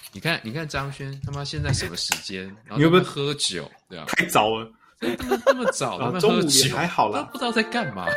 你看张轩他妈现在什么时间？然后他们喝酒，对啊， 太早了， 那么早，他们喝中午酒也还好啦， 都不知道在干嘛。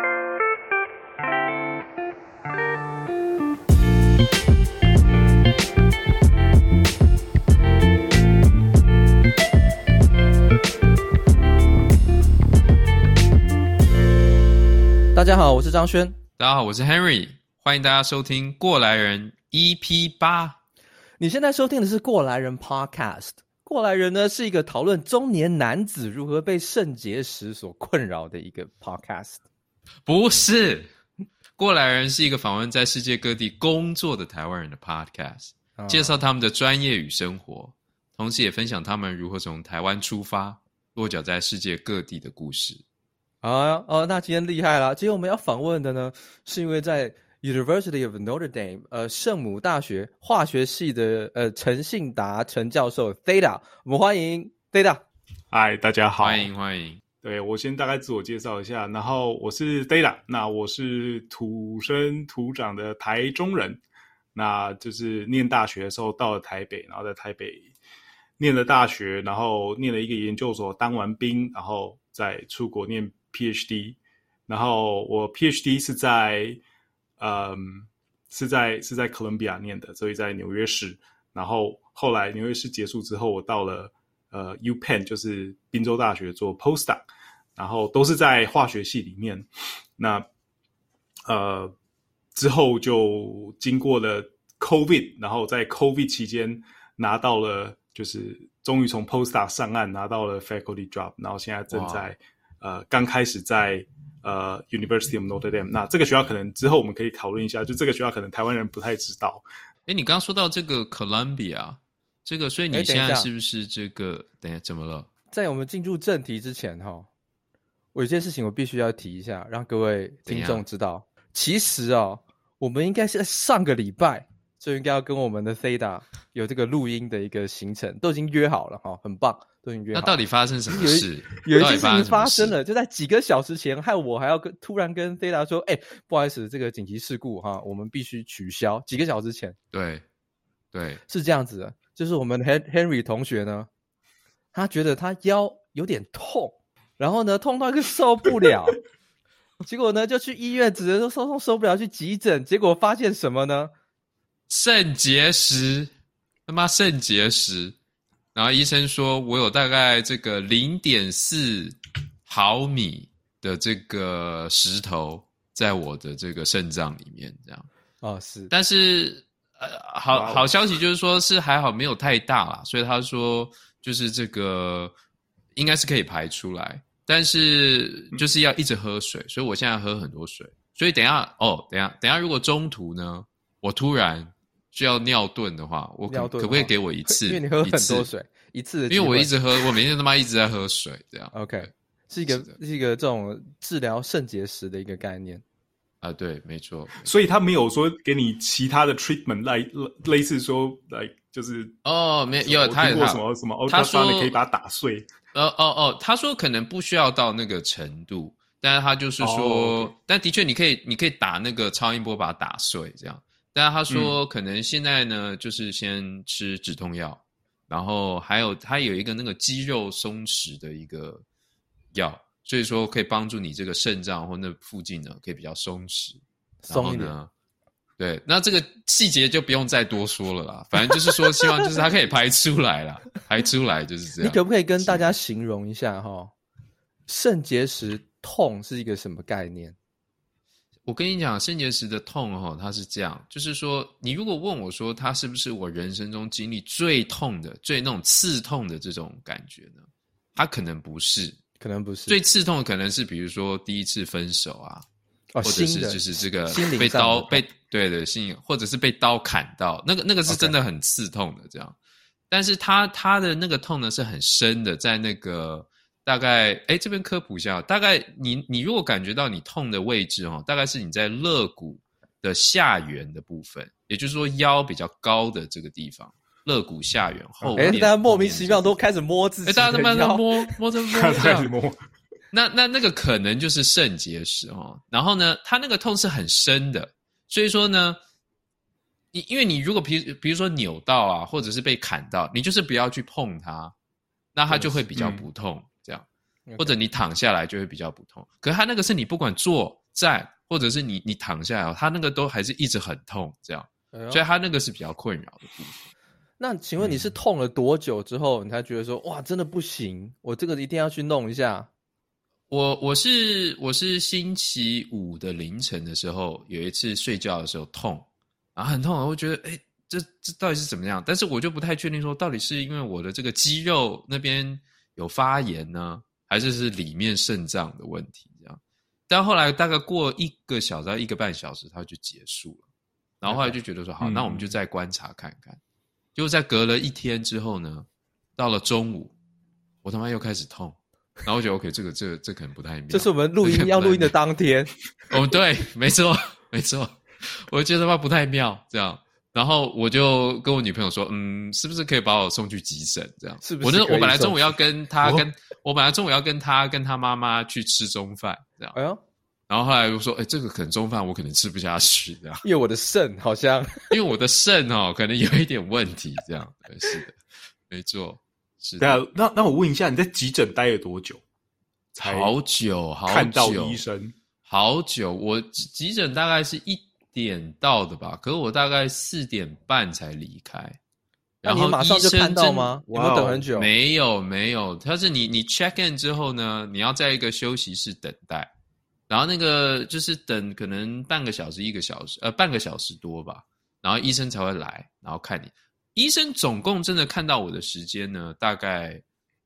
大家好，我是张轩。 大家好，我是 Henry， 欢迎大家收听过来人 EP8。 你现在收听的是过来人 Podcast。过来人呢是一个讨论中年男子如何被肾结石所困扰的一个 Podcast。 不是，过来人是一个访问在世界各地工作的台湾人的 Podcast，介绍他们的专业与生活，同时也分享他们如何从台湾出发，落脚在世界各地的故事。 那今天厉害了。今天我们要访问的呢，是因为在 University of Notre Dame 圣母大学化学系的陈信达陈教授 Theta， 我们欢迎 Theta。 嗨，大家好， 欢迎。 对，我先大概自我介绍一下，然后我是 Theta， 那我是土生土长的台中人，那就是念大学的时候到了台北，然后在台北念了大学，然后念了一个研究所，当完兵，然后再出国念 PhD， 然后我 PhD 是在哥伦比亚念的，所以在纽约市。然后后来纽约市结束之后，我到了UPenn， 就是宾州大学做 postdoc， 然后都是在化学系里面。那之后就经过了 COVID， 然后在 COVID 期间拿到了，就是终于从 postdoc 上岸拿到了 faculty job， 然后现在正在刚开始在University of Notre Dame。 那这个学校可能之后我们可以讨论一下，就这个学校可能台湾人不太知道。 你刚刚说到这个 Columbia 这个，所以你现在是不是这个等一下怎么了？ 在我们进入正题之前我有件事情我必须要提一下，让各位听众知道。其实我们应该是在上个礼拜就应该要跟我们的 Theta 有这个录音的一个行程，都已经约好了很棒，都已经约好了。 那到底发生什么事？ 有一件事情发生了，就在几个小时前，害我还要突然跟 Theta 说，不好意思，这个紧急事故我们必须取消。几个小时前， 对， 是这样子的，就是我们 Henry 同学呢，他觉得他腰有点痛，然后呢痛到一个受不了，结果呢就去医院，指着说受不了去急诊，结果发现什么呢？ 肾结石，他妈肾结石。然后医生说我有大概这个 0.4 毫米的这个石头在我的这个肾脏里面，这样。 是。 但是好消息就是说是还好没有太大啦，所以他说就是这个应该是可以排出来，但是就是要一直喝水，所以我现在喝很多水。所以等一下如果中途呢我突然需要尿遁的话，我可不可以给我一次？ 因为你喝很多水，一次的机会。 因为我一直喝，我每天他妈一直在喝水，这样。 OK， 是一个这种治疗肾结石的一个概念对，没错。 所以他没有说给你其他的 treatment， 类似说就是没有，他听过什么 ultrasonic 可以把它打碎。 他说可能不需要到那个程度，但是他就是说，但的确你可以打那个超音波把它打碎这样。但是他说可能现在呢就是先吃止痛药，然后还有他有一个那个肌肉松弛的一个药，所以说可以帮助你这个肾脏或那附近呢可以比较松弛。 松一点。 对，那这个细节就不用再多说了啦，反正就是说希望就是它可以排出来啦，排出来就是这样。 你可不可以跟大家形容一下肾结石痛是一个什么概念？ 我跟你讲，肾结石的痛它是这样，就是说你如果问我说它是不是我人生中经历最痛的最那种刺痛的这种感觉呢，它可能不是。最刺痛的可能是比如说第一次分手或者是就是这个被刀对心或者是被刀砍到，那个是真的很刺痛的这样。但是它的那个痛呢是很深的，在那个大概这边科普一下，大概你如果感觉到你痛的位置大概是你在肋骨的下缘的部分，也就是说腰比较高的这个地方，肋骨下缘后面。 大家莫名其妙都开始摸自己的腰， 大家慢慢摸着摸开始摸。 那个可能就是肾结石然后呢它那个痛是很深的，所以说呢因为你如果比如说扭到啊，或者是被砍到，你就是不要去碰它，那它就会比较不痛，这样。或者你躺下来就会比较不痛。可是它那个是你不管坐站，或者是你躺下来，它那个都还是一直很痛，这样。所以它那个是比较困扰的部分。 那请问你是痛了多久之后，你才觉得说哇，真的不行，我这个一定要去弄一下？ 我是星期五的凌晨的时候，有一次睡觉的时候痛，然后很痛，我觉得这到底是怎么样？但是我就不太确定说，到底是因为我的这个肌肉那边有发炎呢，还是里面肾脏的问题这样。但后来大概过1个小时到1个半小时，它就结束了。然后后来就觉得说，好，那我们就再观察看看。结果在隔了1天之后呢，到了中午，我他妈又开始痛。然后我觉得 OK， 这可能不太妙。 这是我们要录音的当天。 哦，对，没错，我觉得他妈不太妙，这样。然后我就跟我女朋友说，是不是可以把我送去急诊？这样， 是不是？ 我本来中午要跟她我本来中午要跟她妈妈去吃中饭，这样。 哎呦， 然后后来我说，这个可能中饭我可能吃不下去，这样。 因为我的肾好像， 因为我的肾可能有一点问题，这样。对，是的，没错。是的。 那我问一下，你在急诊待了多久？ 好久， 看到医生。 好久，我急诊大概是1点到的吧，可是我大概4点半才离开。然后你马上就看到吗？有没有等很久？ 没有，它是你 check in 之后呢，你要在一个休息室等待，然后那个就是等可能半个小时1个小时，半个小时多吧，然后医生才会来，然后看你。医生总共真的看到我的时间呢，大概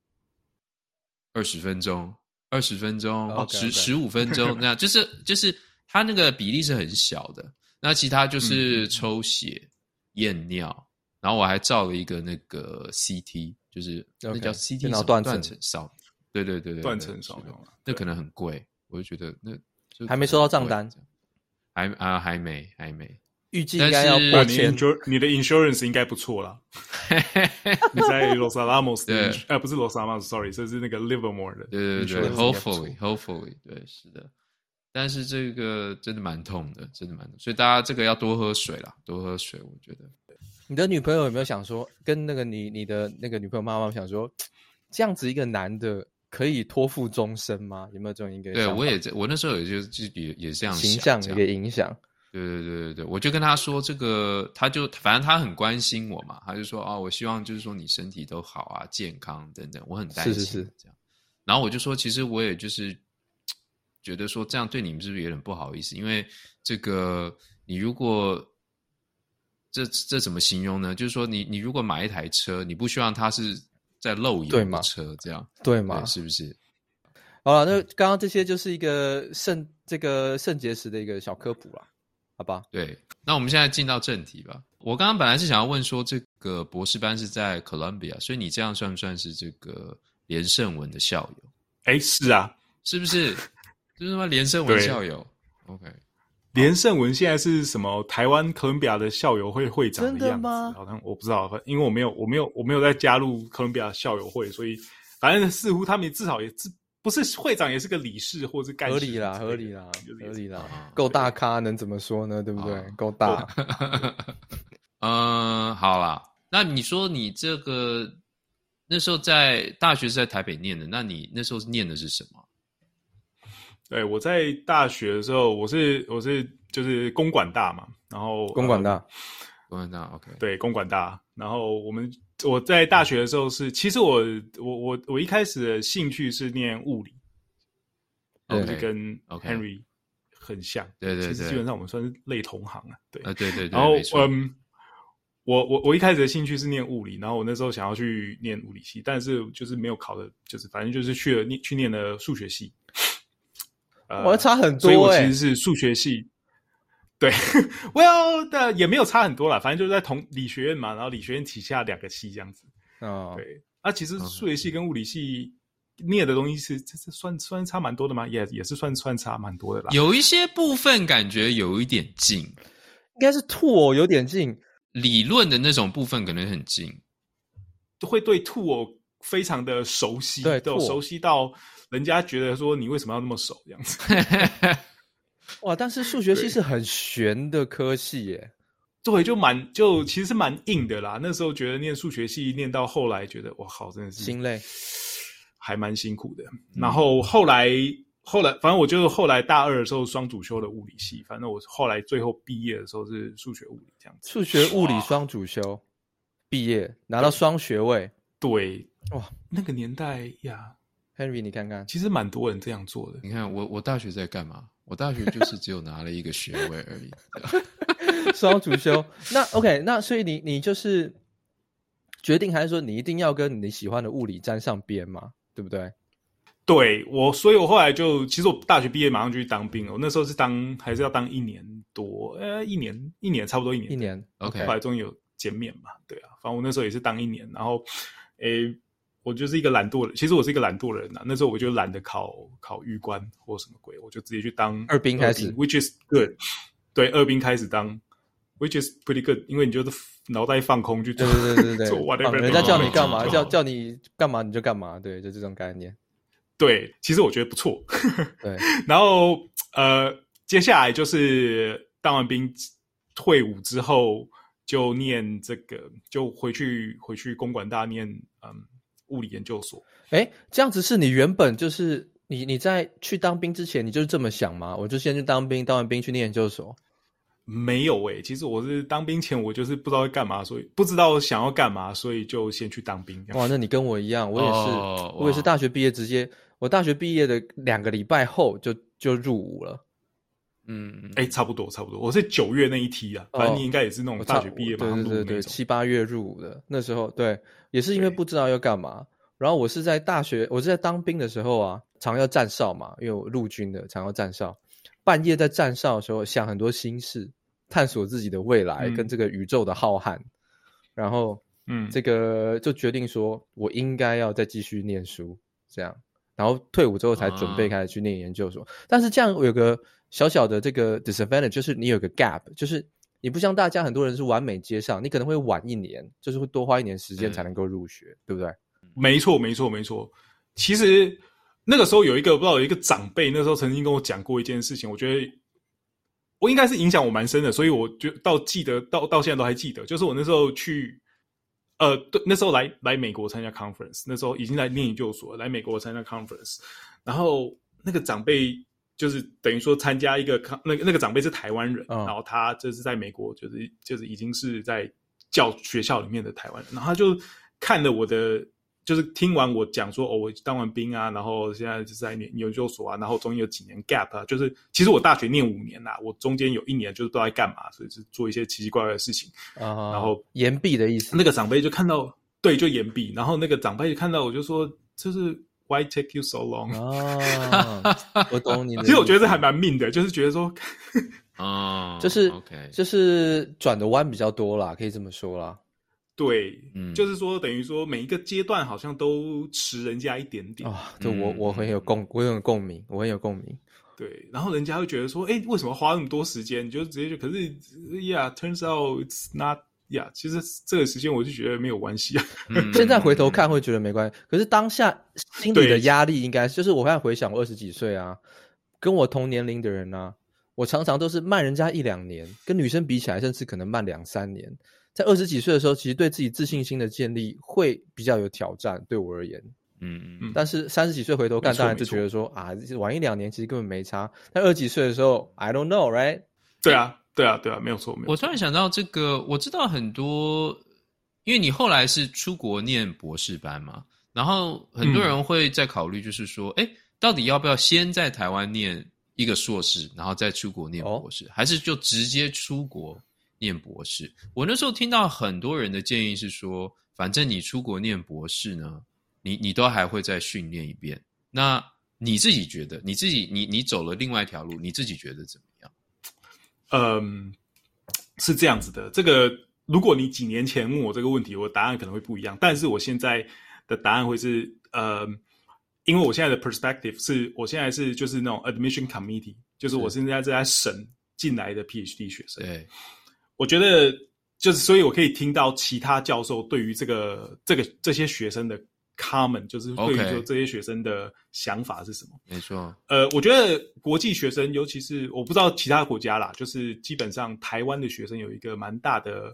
20分钟，20分钟，15分钟，那就是他那个比例是很小的。那其他就是抽血、验尿，然后我还照了一个那个 CT， 就是那叫 CT 电脑断层扫，对， 断层扫描， 那可能很贵，我就觉得那还没收到账单， 还没。 预计应该要过千。 你的 insurance 应该不错啦。你在 Los Alamos 的，不是 Los Alamos，sorry， 这是那个 Livermore 的。 对 ，hopefully， 对，是的。但是这个真的蛮痛的，所以大家这个要多喝水啦，多喝水，我觉得。 你的女朋友有没有想说，跟那个你的那个女朋友妈妈想说，这样子一个男的可以托付终身吗？有没有这种一个？ 对，我那时候也是这样想， 形象的一个影响。 对，我就跟他说这个，反正他很关心我嘛，他就说我希望就是说你身体都好啊，健康等等，我很担心是这样。然后我就说，其实我也就是觉得说这样对你们是不是有点不好意思？因为这个你如果这怎么形容呢？就是说你如果买一台车，你不希望它是在漏油的车，这样对吗？ 是不是？ 好了，那刚刚这些就是一个肾结石的一个小科普啦。好吧， 对，那我们现在进到正题吧。我刚刚本来是想要问说，这个博士班是在 Columbia， 所以你这样算不算是这个连胜文的校友？ 是啊， 是不是？就是说连胜文校友 ，OK。 连胜文现在是什么？台湾哥伦比亚的校友会会长的样子？ 真的吗？ 好像我不知道，因为我没有在加入哥伦比亚校友会，所以反正似乎他们至少也不是会长，也是个理事或是干事。 合理啦，够大咖能怎么说呢？对不对？够大。 好啦，那你说你这个那时候在大学是在台北念的，那你那时候念的是什么？ 对，我在大学的时候，我是就是公管大嘛，然后公管大 ，OK， 对，公管大。然后我在大学的时候其实我一开始的兴趣是念物理，就是跟 Henry 很像， 对， 其实基本上我们算是类同行啊，对， 对， 然后我一开始的兴趣是念物理，然后我那时候想要去念物理系，但是就是没有考的，就是反正就是去念了数学系。 我差很多所以我其实是数学系。对，well 也没有差很多啦，反正就是在同理学院嘛，然后理学院旗下2个系这样子。对，其实数学系跟物理系念的东西是这算差蛮多的吗？也是算差蛮多的啦。 有一些部分感觉有一点近， 应该是兔有点近， 理论的那种部分可能很近， 会对兔非常的熟悉， 对， 都熟悉到人家觉得说你为什么要那么熟这样子。 哇！但是数学系是很玄的科系耶。 对，就其实是蛮硬的啦。那时候觉得念数学系念到后来觉得哇靠，真的是心累， 还蛮辛苦的。然后后来反正我就后来大二的时候双主修的物理系，反正我后来最后毕业的时候是数学物理这样子。 数学物理双主修毕业拿到双学位。 对， 哇， 那个年代呀 ，Henry 你看看， 其实蛮多人这样做的。 你看我大学在干嘛？我大学就是只有拿了一个学位而已。 双主修。那 OK， 那所以你就是决定还是说你一定要跟你喜欢的物理沾上边嘛？对不对？ 对，所以我后来其实我大学毕业马上就去当兵了。我那时候还是要当1年多，一年差不多1年。 1年 ，OK。 后来终于有减免嘛，对啊，反正我那时候也是当1年，然后，我就是一个懒惰的，其实我是一个懒惰的人啊。那时候我就懒得考预官或什么鬼，我就直接去当二兵开始 ，which is good。对，二兵开始当 ，which is pretty good， 因为你就是脑袋放空去做， 对做 whatever， 人家叫你干嘛，叫你干嘛你就干嘛，对，就这种概念。 对，其实我觉得不错。 对， 然后接下来就是当完兵退伍之后，就念这个，就回去公馆大念物理研究所。 这样子是你原本就是你在去当兵之前，你就是这么想吗？我就先去当兵，当完兵去念研究所。 没有其实我是当兵前我就是不知道在干嘛，所以不知道想要干嘛，所以就先去当兵。 哇，那你跟我一样，我也是，我也是大学毕业直接，我大学毕业的2个礼拜后就入伍了。 差不多，我是9月那一梯啊，反正你应该也是那种大学毕业马上入伍那种。 对，7、8月入伍的，那时候对，也是因为不知道要干嘛。然后我是在当兵的时候啊，常要站哨嘛，因为我陆军的常要站哨，半夜在站哨的时候想很多心事，探索自己的未来跟这个宇宙的浩瀚，然后这个就决定说我应该要再继续念书，这样，然后退伍之后才准备开始去念研究所。但是这样有个小小的这个 disadvantage， 就是你有个 gap， 就是你不像大家很多人是完美接上，你可能会晚1年，就是会多花1年时间才能够入学，对不对？ 没错。其实那个时候有一个长辈，那时候曾经跟我讲过一件事情，我觉得我应该是影响我蛮深的，所以我就记得到现在都还记得。就是我那时候去对，那时候来美国参加 conference， 那时候已经来念研究所，来美国参加 conference， 然后那个长辈就是等于说参加一个那个长辈是台湾人，然后他就是在美国就是已经是在学校里面的台湾人，然后他就看了我的。就是听完我讲说我当完兵啊，然后现在就是在念研究所啊，然后中间有几年 gap 啊，就是其实我大学念5年啦，我中间有1年就是不知道在干嘛，所以是做一些奇奇怪怪的事情然后延毕的意思。 那个长辈就看到，对，就延毕，然后那个长辈就看到我就说，就是 Why take you so long？ 我懂你的意思。 其实我觉得这还蛮命的，就是觉得说就是转的弯比较多啦，可以这么说啦。 对，就是说等于说每一个阶段好像都迟人家一点点这我很有共鸣，我很有共鸣。 对，然后人家会觉得说，为什么花那么多时间？你就直接可是 ，turns out it's not， 其实这个时间我就觉得没有关系啊。 现在回头看会觉得没关系，可是当下心里的压力应该就是我现在回想我20几岁啊，跟我同年龄的人啊，我常常都是慢人家1、2年，跟女生比起来，甚至可能慢2、3年。在20几岁的时候，其实对自己自信心的建立会比较有挑战，对我而言。但是30几岁回头看，当然就觉得说晚1、2年其实根本没差。但20几岁的时候 ，I don't know, right？ 对啊，没有错。 我突然想到这个，我知道很多，因为你后来是出国念博士班嘛，然后很多人会在考虑，就是说，到底要不要先在台湾念一个硕士，然后再出国念博士，还是就直接出国念博士？我那时候听到很多人的建议是说，反正你出国念博士呢，你都还会再训练一遍。那你自己觉得，你走了另外一条路，你自己觉得怎么样？ 是这样子的。这个如果你几年前问我这个问题，我的答案可能会不一样。但是我现在的答案会是，因为我现在的 perspective 是我现在是就是那种 admission committee， 就是我现在在审进来的 PhD 学生。 对。 我觉得就是，所以我可以听到其他教授对于这些学生的 common， 就是对于 OK 说这些学生的想法是什么。 没错， 我觉得国际学生，尤其是我不知道其他国家啦，就是基本上台湾的学生有一个蛮大的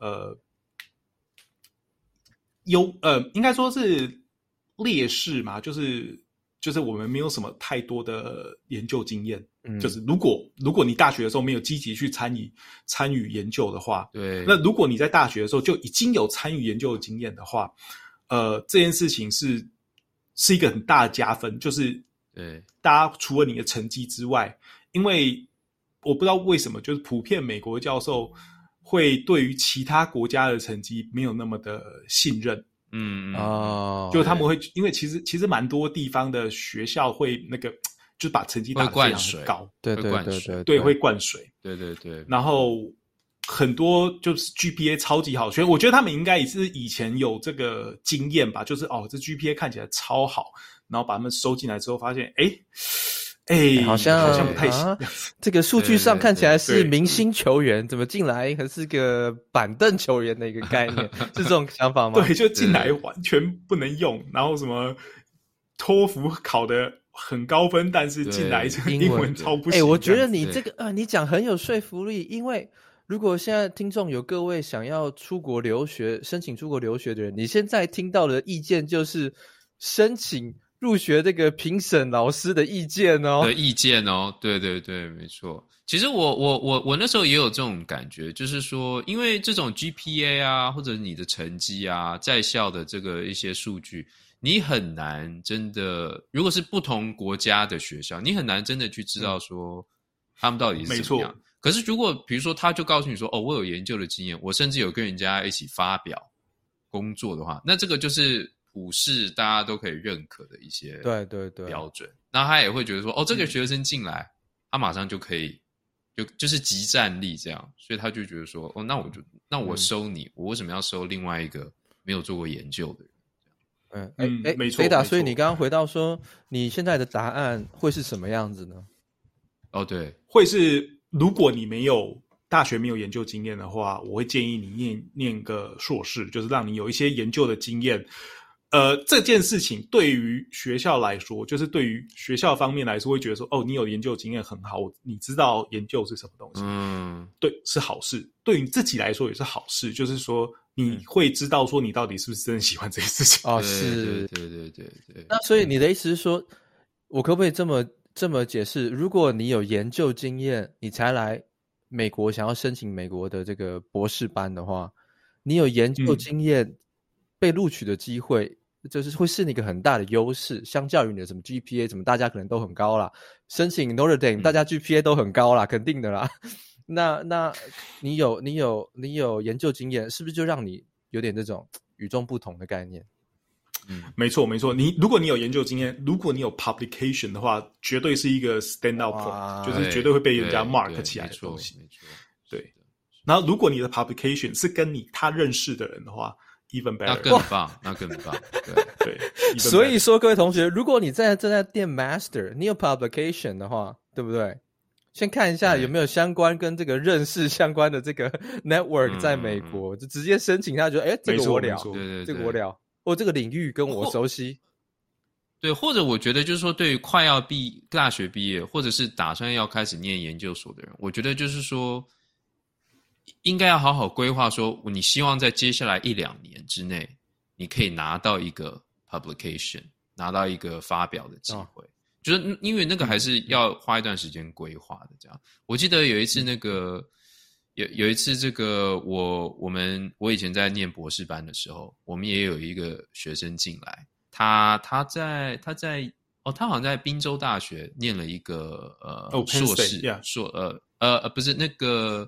应该说是劣势嘛，就是我们没有什么太多的研究经验。就是如果你大学的时候没有积极去参与研究的话， 对， 那如果你在大学的时候就已经有参与研究的经验的话，这件事情是一个很大的加分，就是对， 大家除了你的成绩之外，因为我不知道为什么，就是普遍美国教授会对于其他国家的成绩没有那么的信任。就他们会，因为其实蛮多地方的学校会那个，就是把成绩打得非常的高， 对， 会灌水， 对， 然后很多就是 GPA 超级好，所以我觉得他们应该也是以前有这个经验吧，就是这 GPA 看起来超好，然后把他们收进来之后发现，好像不太行。 这个数据上看起来是明星球员，怎么进来还是个板凳球员的一个概念，是这种想法吗？ 对，就进来完全不能用，然后什么托福考的很高分，但是进来英文超不行。 我觉得你这个你讲很有说服力，因为如果现在听众有各位想要出国留学、申请出国留学的人，你现在听到的意见就是申请入学这个评审老师的意见哦， 对，没错。其实我那时候也有这种感觉，就是说，因为这种 GPA 啊，或者你的成绩啊，在校的这个一些数据，你很难真的，如果是不同国家的学校，你很难真的去知道说他们到底是怎么样。可是如果比如说他就告诉你说，我有研究的经验，我甚至有跟人家一起发表工作的话，那这个就是普世大家都可以认可的一些标准。那他也会觉得说，这个学生进来，他马上就可以就是即战力这样，所以他就觉得说，那我收你，我为什么要收另外一个没有做过研究的人？ 没错。 所以你刚刚回到说，你现在的答案会是什么样子呢？ 对，会是如果你大学没有研究经验的话，我会建议你念个硕士，就是让你有一些研究的经验。这件事情对于学校来说，就是对于学校方面来说，会觉得说，你有研究经验很好，你知道研究是什么东西，对，是好事。对于你自己来说也是好事，就是说你会知道说你到底是不是真的喜欢这件事情。 是， 对。 那所以你的意思是说，我可不可以这么解释？如果你有研究经验，你才来美国想要申请美国的这个博士班的话，你有研究经验被录取的机会，就是会是一个很大的优势，相较于你的什么 GPA， 什么大家可能都很高啦，申请 Notre Dame，大家 GPA 都很高啦，肯定的啦。那你有研究经验，是不是就让你有点这种与众不同的概念？ 没错。如果你有研究经验，如果你有 publication 的话，绝对是一个 stand out point， 就是绝对会被人家 mark 起来的东西。对。然后如果你的 publication 是跟他认识的人的话，even better， 那更棒， 对。 所以说，各位同学，如果你正在念 master， 你有 publication 的话，对不对？先看一下有没有相关跟这个认识相关的这个 network 在美国，就直接申请他，觉得这个我了，这个我了，这个领域跟我熟悉。 对，或者我觉得就是说，对于快要大学毕业，或者是打算要开始念研究所的人，我觉得就是说，应该要好好规划说，你希望在接下来1-2年之内，你可以拿到一个 publication， 拿到一个发表的机会。就是因为那个还是要花一段时间规划的。这样，我记得有一次那个有一次这个我以前在念博士班的时候，我们也有一个学生进来，他好像在宾州大学念了一个硕士，不是那个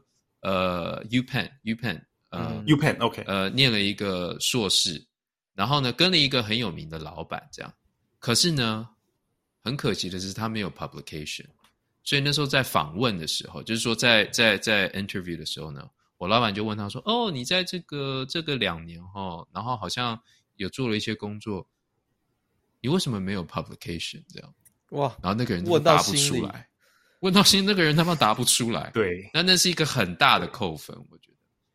UPenn OK 念了一个硕士，然后呢跟了一个很有名的老板这样，可是呢很可惜的是他没有 publication， 所以那时候在访问的时候，就是说在 interview 的时候呢，我老板就问他说，你在这个2年然后好像有做了一些工作，你为什么没有 publication 这样？ 哇！ 然后那个人就答不出来，问到心那个人他妈答不出来。 对， 那是一个很大的扣分，我觉得。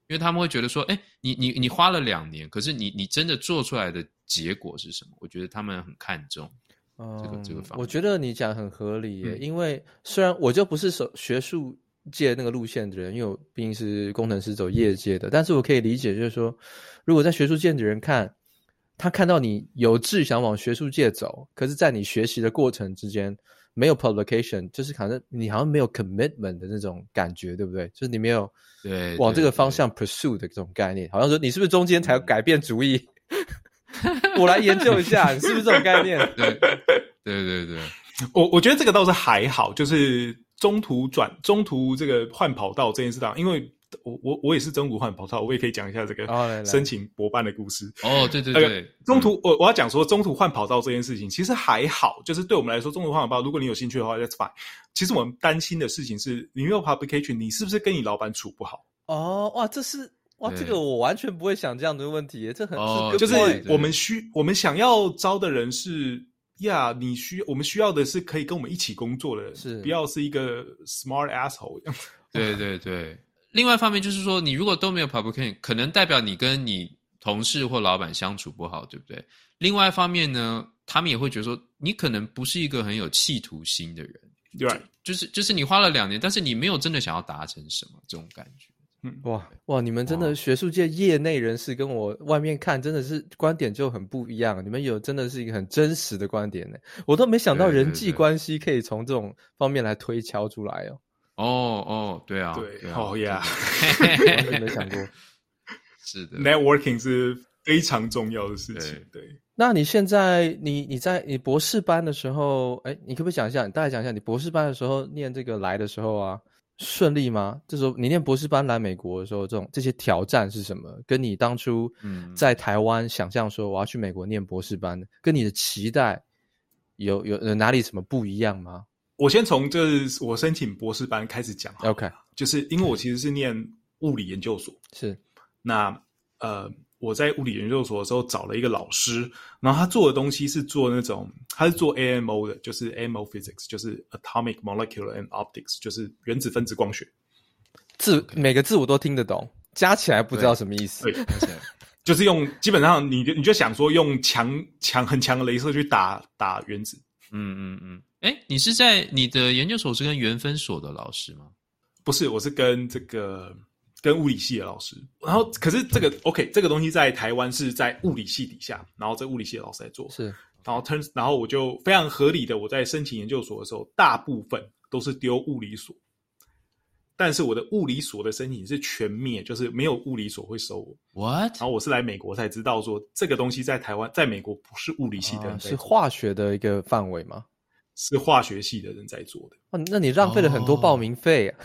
因为他们会觉得说，你花了2年，可是你真的做出来的结果是什么？我觉得他们很看重这个方面。 我觉得你讲很合理耶，因为虽然我就不是学术界那个路线的人，因为我毕竟是工程师走业界的，但是我可以理解，就是说，如果在学术界的人他看到你有志想往学术界走，可是在你学习的过程之间没有 publication， 就是好像你好像没有 commitment 的那种感觉，对不对？就是你没有往这个方向 pursue 的这种概念，好像说你是不是中间才改变主意？我来研究一下，你是不是这种概念？ 对， 我觉得这个倒是还好，就是中途这个换跑道这件事上，因为我也是中途换跑道，我也可以讲一下这个申请博班的故事。 对， 中途我要讲说中途换跑道这件事情其实还好，就是对我们来说中途换跑道，如果你有兴趣的话 that's fine。其实我们担心的事情是你没有 publication， 你是不是跟你老板处不好？ 这个我完全不会想这样的问题耶，这很就是我们想要招的人是我们需要的是可以跟我们一起工作的人，是不要是一个 smart asshole。 对。另外一方面就是说，你如果都没有 publication， 可能代表你跟你同事或老板相处不好，对不对？另外一方面呢，他们也会觉得说，你可能不是一个很有企图心的人， 对， 就是你花了2年，但是你没有真的想要达成什么这种感觉。 哇！你们真的学术界业内人士跟我外面看真的是观点就很不一样，你们真的是一个很真实的观点呢。我都没想到人际关系可以从这种方面来推敲出来哦。 对啊， 完全没想过。 是的 ，networking 是非常重要的事情。对。 那你现在你在你博士班的时候，你可不可以讲一下？你大概讲一下你博士班的时候念这个来的时候啊？顺利吗？这时候你念博士班来美国的时候，这些挑战是什么？跟你当初在台湾想象说我要去美国念博士班，跟你的期待有哪里什么不一样吗？ 我先从就是我申请博士班开始讲。 OK， 就是因为我其实是念物理研究所， 是那我在物理研究所的时候找了一个老师，然后他做的东西是做那种，他是做 AMO 的，就是 AMO Physics， 就是 Atomic Molecular and Optics， 就是原子分子光学。 每个字我都听得懂，加起来不知道什么意思。 对，就是基本上你就想说用很强的雷射去打原子。 你是在你的研究所是跟原分所的老师吗？ 不是，我是跟物理系的老师，然后可是这个 OK， 这个东西在台湾是在物理系底下，然后这物理系的老师在做， 是， 然后我就非常合理的，我在申请研究所的时候，大部分都是丢物理所，但是我的物理所的申请是全灭，就是没有物理所会收我。 What？ 然后我是来美国才知道说，这个东西在台湾，在美国不是物理系的人在做， 是化学的一个范围吗？ 是化学系的人在做的。 那你浪费了很多报名费啊。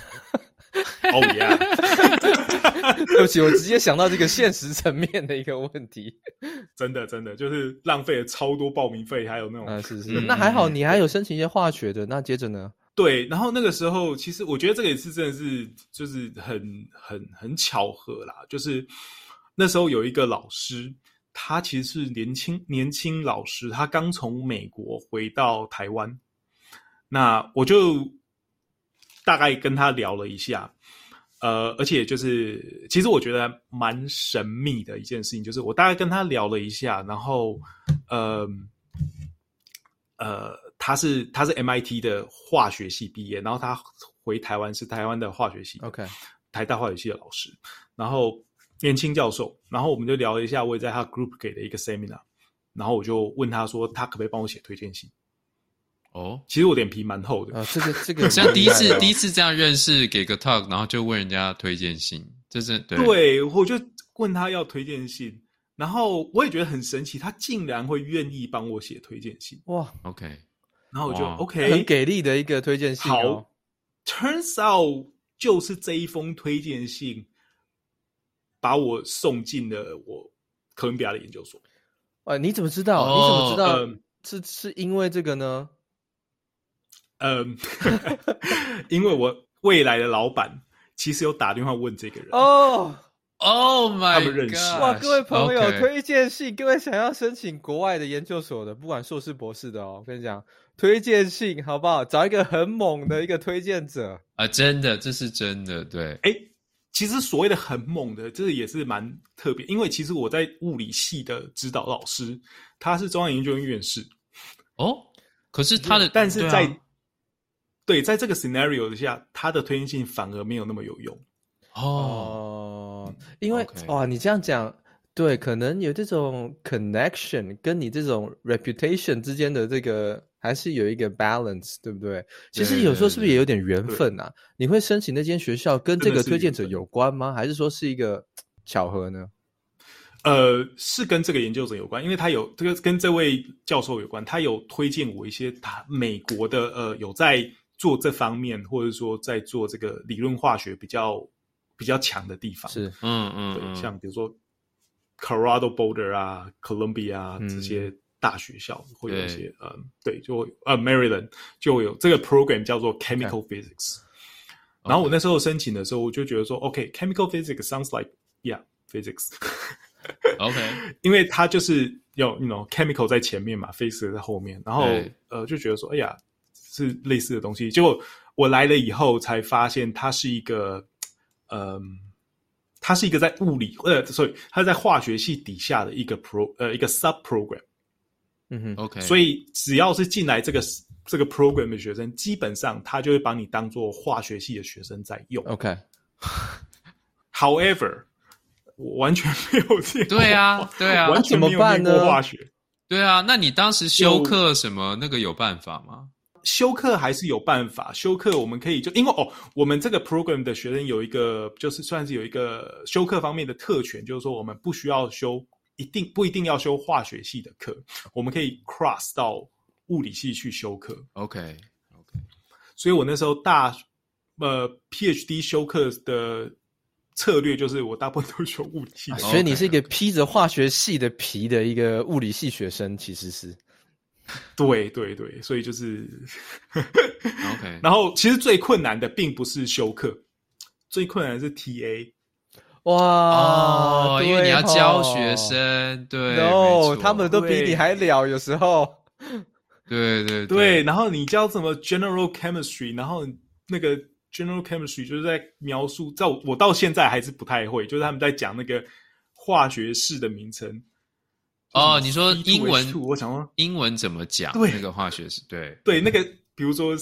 Oh yeah 对不起，我直接想到这个现实层面的一个问题。 真的就是浪费了超多报名费，还有那种是那还好你还有申请一些化学的，那接着呢？ 对，然后那个时候其实我觉得这个也是真的是就是很巧合啦，就是那时候有一个老师，他其实是年轻老师，他刚从美国回到台湾，那我就大概跟他聊了一下，而且就是其实我觉得蛮神秘的一件事情，就是我大概跟他聊了一下，然后他是 MIT 的化学系毕业，然后他回台湾是台湾的化学系 ，OK， 台大化学系的老师，然后年轻教授，然后我们就聊了一下，我也在他 group 给的一个 seminar， 然后我就问他说，他可不可以帮我写推荐信？其实我脸皮蛮厚的这个像第一次这样认识，给个 talk， 然后就问人家推荐信，这是对，我就问他要推荐信，然后我也觉得很神奇，他竟然会愿意帮我写推荐信。 哇 ，OK， 然后我就 OK， 很给力的一个推荐信。 好 ，turns out 就是这一封推荐信把我送进了我哥伦比亚的研究所。 你怎么知道？你怎么知道？是因为这个呢？ 因为我未来的老板其实有打电话问这个人。 Oh my god！ 他们认识。 哇，各位朋友，推荐信，各位想要申请国外的研究所的，不管硕士博士的我跟你讲，推荐信好不好？找一个很猛的一个推荐者啊，真的，这是真的，对。 其实所谓的很猛的，这也是蛮特别，因为其实我在物理系的指导老师，他是中央研究院院士。 哦，可是他的， 但是在在这个 scenario 下，他的推荐信反而没有那么有用。 因为哇，你这样讲，对，可能有这种 connection 跟你这种 reputation 之间的这个还是有一个 balance， 对不对？其实有时候是不是也有点缘分啊？你会申请那间学校跟这个推荐者有关吗？还是说是一个巧合呢？ 是跟这个研究者有关，因为他有这个跟这位教授有关，他有推荐我一些他美国的有在做这方面，或者说在做这个理论化学比较强的地方。 是， 对，像比如说 Colorado Boulder 啊 ，Columbia 啊这些大学校会有一些对，就Maryland 就有这个 program 叫做 Chemical Physics。然后我那时候申请的时候，我就觉得说 ，OK，Chemical Physics sounds like physics。OK， 因为它就是有chemical 在前面嘛 ，physics 在后面，然后就觉得说，哎呀，是类似的东西。结果我来了以后才发现，它是一个在物理它在化学系底下的一个一个 sub program。 OK， 所以只要是进来这个 program 的学生，基本上他就会把你当做化学系的学生在用。OK。However， 我完全没有见过。 对啊， 完全没有念过化学。 对啊，那你当时修课什么那个有办法吗？ 修课还是有办法，修课我们可以因为我们这个 program 的学生有一个就是算是有一个修课方面的特权，就是说我们不需要修不一定要修化学系的课，我们可以 cross 到物理系去修课。 OK， 所以我那时候PhD 修课的策略就是我大部分都修物理系的。 所以你是一个披着化学系的皮的一个物理系学生，其实是。 对，所以就是OK。然后其实最困难的并不是修课，最困难的是 TA。 哇， 因为你要教学生，对， 他们都比你还了，有时候。 对，然后你教什么 general chemistry， 然后那个 general chemistry 就是在描述，我到现在还是不太会，就是他们在讲那个化学式的名称。 你说英文， 我想说英文怎么讲？那个化学式，对， 那个比如说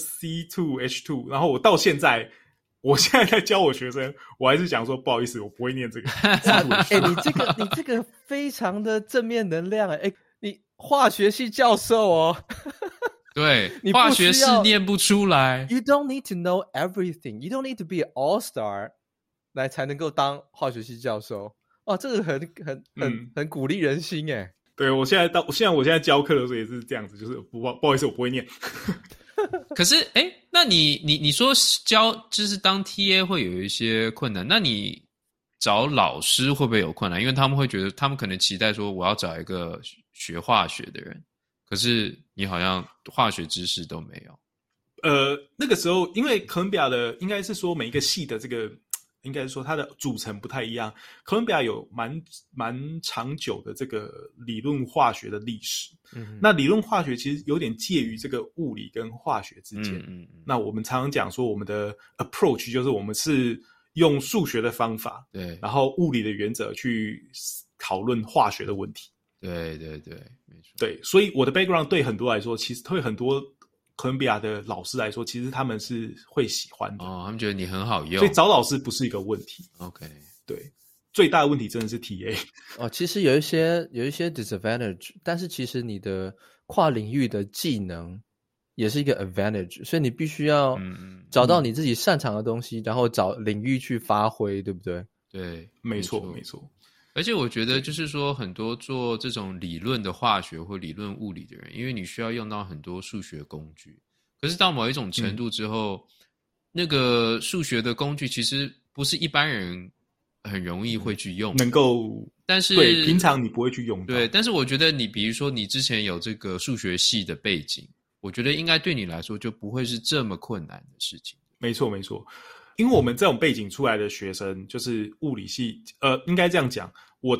C2H2， 然后我现在在教我学生，我还是讲说不好意思，我不会念这个。 你这个非常的正面能量你化学系教授哦。 对，化学式念不出来。 You don't need to know everything. You don't need to be an all-star 来才能够当化学系教授。这个很鼓励人心耶。 对，我现在教课的时候也是这样子，就是不好意思，我不会念。 可是那你说教就是当 TA 会有一些困难，那你找老师会不会有困难？因为他们会觉得他们可能期待说我要找一个学化学的人，可是你好像化学知识都没有。 那个时候因为哥伦比亚的应该是说每一个系的这个应该是说它的组成不太一样，哥伦比亚有蛮长久的这个理论化学的历史。那理论化学其实有点介于这个物理跟化学之间。那我们常常讲说我们的 approach 就是我们是用数学的方法， 对， 然后物理的原则去讨论化学的问题。 对，没错。 对，所以我的 background 对很多来说，其实对很多哥伦比亚的老师来说，其实他们是会喜欢的。 他们觉得你很好用， 所以找老师不是一个问题。 OK， 对，最大的问题真的是 TA。 其实有一些 disadvantage， 但是其实你的跨领域的技能也是一个 advantage， 所以你必须要找到你自己擅长的东西，然后找领域去发挥，对不对？ 对， 没错。 而且我觉得就是说很多做这种理论的化学或理论物理的人，因为你需要用到很多数学工具，可是到某一种程度之后，那个数学的工具其实不是一般人很容易会去用， 能够， 但是对平常你不会去用到。 对，但是我觉得你比如说你之前有这个数学系的背景，我觉得应该对你来说就不会是这么困难的事情。 没错，因为我们这种背景出来的学生，就是物理系，应该这样讲，我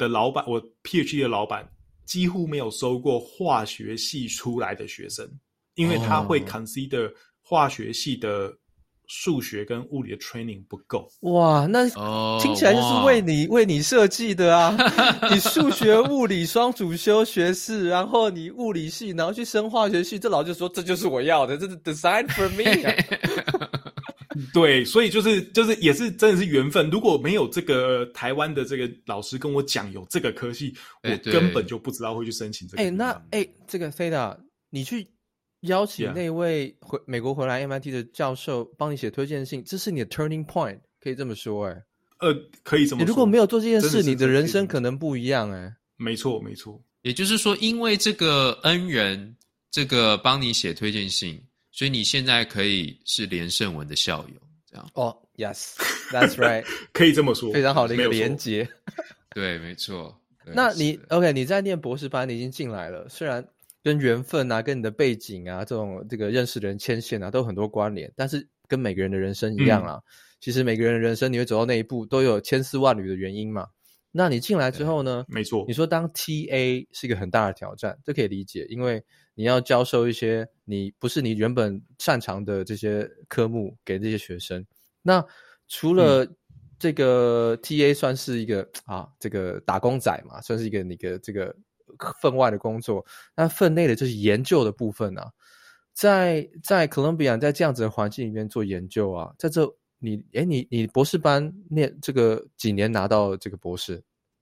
PhD 的老板几乎没有收过化学系出来的学生，因为他会 consider 化学系的数学跟物理的 training 不够。 哇，那听起来就是为你设计的啊！你数学、物理双主修学士，然后你物理系，然后去升化学系，这老师说这就是我要的，这是 design for me 啊！ 对，所以就是也是真的是缘分。如果没有这个台湾的这个老师跟我讲有这个科系，我根本就不知道会去申请这个。 这个 Theta， 你去邀请那位美国回来 MIT 的教授帮你写推荐信，这是你的 turning point， 可以这么说可以这么说。 你如果没有做这件事，你的人生可能不一样没错没错。 也就是说，因为这个恩人这个帮你写推荐信，所以你现在可以是连胜文的校友，这样。 Yes, that's right 。 可以这么说， 非常好的一个连结。 对，没错。 那你 OK， 你在念博士班，你已经进来了，虽然跟缘分啊、跟你的背景啊、这个认识的人牵线啊，都有很多关联，但是跟每个人的人生一样啦。其实每个人的人生，你会走到那一步，都有千丝万缕的原因嘛。那你进来之后呢？ 没错。 你说当 TA 是一个很大的挑战，这可以理解，因为你要教授一些你不是你原本擅长的这些科目给这些学生。那除了这个 TA 算是一个这个打工仔嘛，算是一个你的这个分外的工作，那分内的就是研究的部分啊。在 Columbia 在这样子的环境里面做研究啊，在这你博士班念这个几年拿到这个博士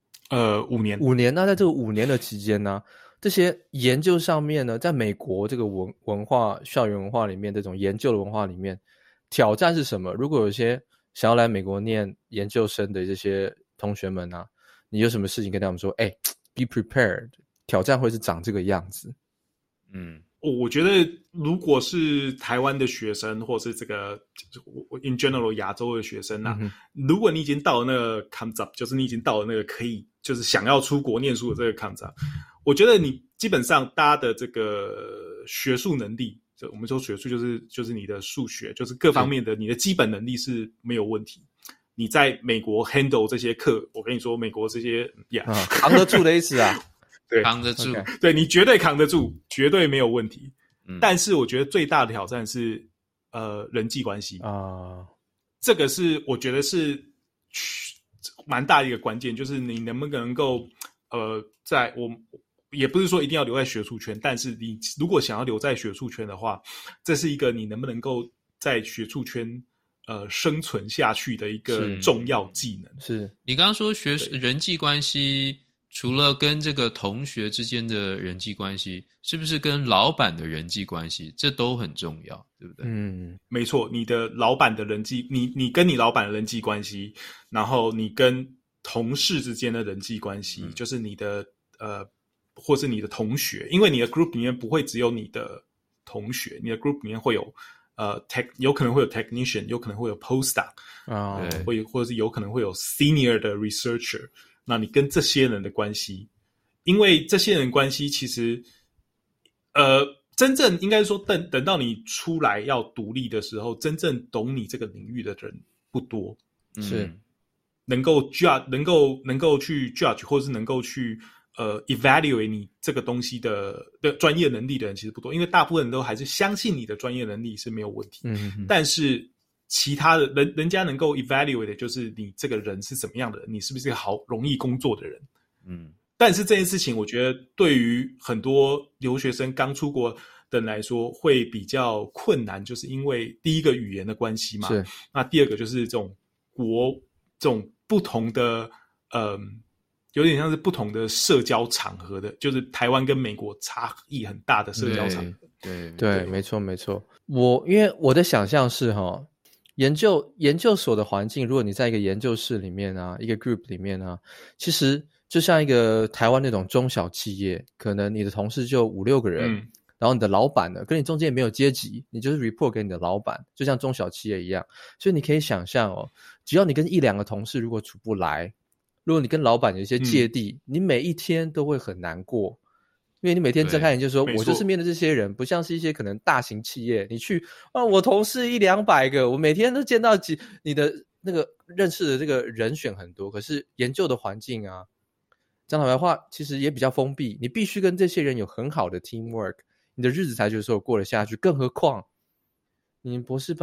？5年。 那在这个5年的期间呢，这些研究上面呢，在美国这个文化校园文化里面，这种研究的文化里面，挑战是什么？如果有些想要来美国念研究生的这些同学们啊，你有什么事情跟他们说be prepared， 挑战会是长这个样子。 我觉得如果是台湾的学生，或是这个 in general 亚洲的学生如果你已经到了那个 comes up， 就是你已经到了那个可以就是想要出国念书的这个 comes up， 我觉得你基本上大家的这个学术能力，我们说学术就是你的数学，就是各方面的你的基本能力是没有问题。你在美国 handle 这些课，我跟你说，美国这些扛得住的意思啊。 对， 扛得住， 对，你绝对扛得住，绝对没有问题。但是我觉得最大的挑战是人际关系这个是我觉得是蛮大的一个关键，就是你能不能够在我也不是说一定要留在学术圈，但是你如果想要留在学术圈的话，这是一个你能不能够在学术圈生存下去的一个重要技能。 是你刚刚说人际关系，除了跟这个同学之间的人际关系，是不是跟老板的人际关系，这都很重要，对不对？ 没错，你的老板的人际，你跟你老板的人际关系，然后你跟同事之间的人际关系，就是你的或是你的同学，因为你的 group 里面不会只有你的同学，你的 group 里面会有有可能会有 technician， 有可能会有 postdoc， 或者是有可能会有 senior 的 researcher。那你跟这些人的关系，因为这些人关系其实真正应该说等到你出来要独立的时候，真正懂你这个领域的人不多。 是能够 judge 能够去 judge 或是能够去evaluate 你这个东西的专业能力的人其实不多，因为大部分人都还是相信你的专业能力是没有问题。但是其他的人家能够 evaluate 的就是你这个人是怎么样的人，你是不是一个容易工作的人。但是这件事情我觉得对于很多留学生刚出国的人来说会比较困难，就是因为第一个语言的关系嘛，那第二个就是这种不同的有点像是不同的社交场合的，就是台湾跟美国差异很大的社交场合。 对，没错。因为我的想象是研究所的环境，如果你在一个研究室里面啊，一个 group 里面啊，其实就像一个台湾那种中小企业，可能你的同事就5-6个人，然后你的老板呢，跟你中间也没有阶级，你就是 report 给你的老板，就像中小企业一样。所以你可以想象只要你跟1-2个同事如果处不来，如果你跟老板有一些芥蒂，你每一天都会很难过。因为你每天睁开眼就说我就是面对这些人，不像是一些可能大型企业，你去我同事100-200个，我每天都见到你的那个认识的这个人选很多，可是研究的环境啊，讲老白话其实也比较封闭，你必须跟这些人有很好的 teamwork， 你的日子才就是说过得下去。更何况你博士班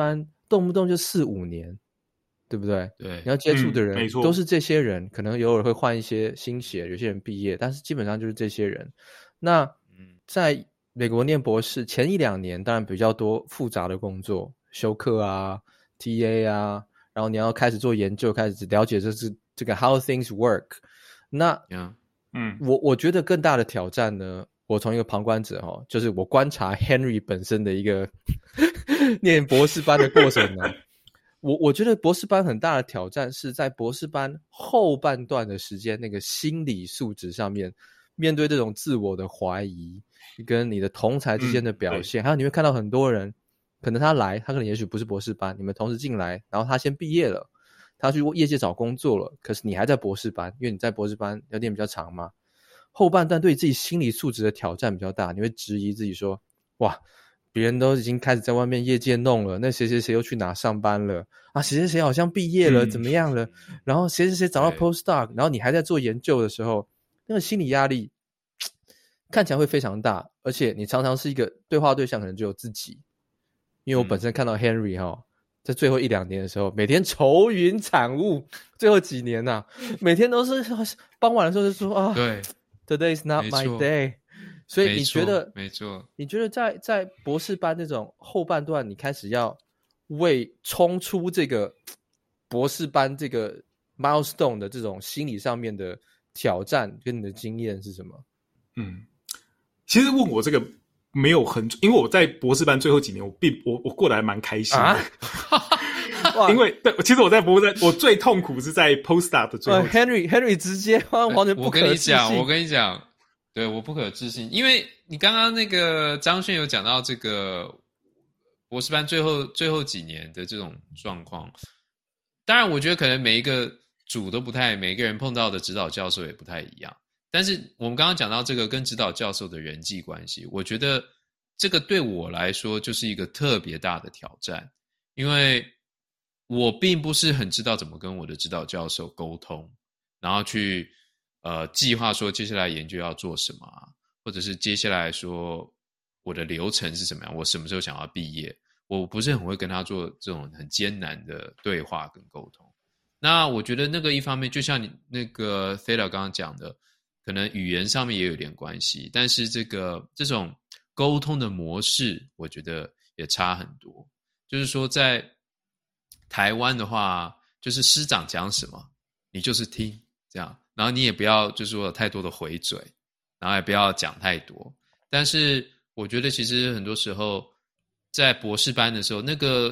动不动就4-5年，对不对？ 对， 你要接触的人错都是这些人，可能偶尔会换一些新血，有些人毕业，但是基本上就是这些人。那在美国念博士前1-2年，当然比较多复杂的工作，修课啊、TA 啊，然后你要开始做研究，开始了解这个 how things work。那我觉得更大的挑战呢，我从一个旁观者就是我观察 Henry 本身的一个念博士班的过程呢，我觉得博士班很大的挑战是在博士班后半段的时间，那个心理素质上面，面对这种自我的怀疑，跟你的同才之间的表现，还有你会看到很多人，可能他可能也许不是博士班，你们同时进来，然后他先毕业了。他去业界找工作了，可是你还在博士班，因为你在博士班要念比较长嘛。后半段对自己心理素质的挑战比较大，你会质疑自己说：哇，别人都已经开始在外面业界弄了，那谁谁谁又去哪上班了啊？谁谁谁好像毕业了，怎么样了？然后谁谁谁找到 postdoc， 然后你还在做研究的时候，那个心理压力看起来会非常大，而且你常常是一个对话对象，可能只有自己。因为我本身看到 Henry 在最后1-2年的时候，每天愁云惨雾。最后几年啊，每天都是傍晚的时候就说啊， 对 ，Today is not my day。所以你觉得， 没错， 你觉得在博士班那种后半段，你开始要为冲出这个博士班这个 milestone 的这种心理上面的挑战，跟你的经验是什么？ 其实问我这个。没有很，因为我在博士班最后几年，我过得还蛮开心的，因为对，其实我在博士班，我最痛苦是在 postdoc 的最后。 Henry 直接完全不可置信。 我跟你讲，对，我不可置信，因为你刚刚那个张轩有讲到这个博士班最后几年的这种状况，当然我觉得可能每一个组都每个人碰到的指导教授也不太一样。但是我们刚刚讲到这个跟指导教授的人际关系，我觉得这个对我来说就是一个特别大的挑战，因为我并不是很知道怎么跟我的指导教授沟通，然后去计划说接下来研究要做什么或者是接下来说我的流程是什么样，我什么时候想要毕业，我不是很会跟他做这种很艰难的对话跟沟通。那我觉得那个一方面就像你那个 Theda 刚刚讲的，可能语言上面也有点关系，但是这种沟通的模式我觉得也差很多。就是说在台湾的话，就是师长讲什么你就是听这样，然后你也不要就是说有太多的回嘴，然后也不要讲太多。但是我觉得其实很多时候在博士班的时候，那个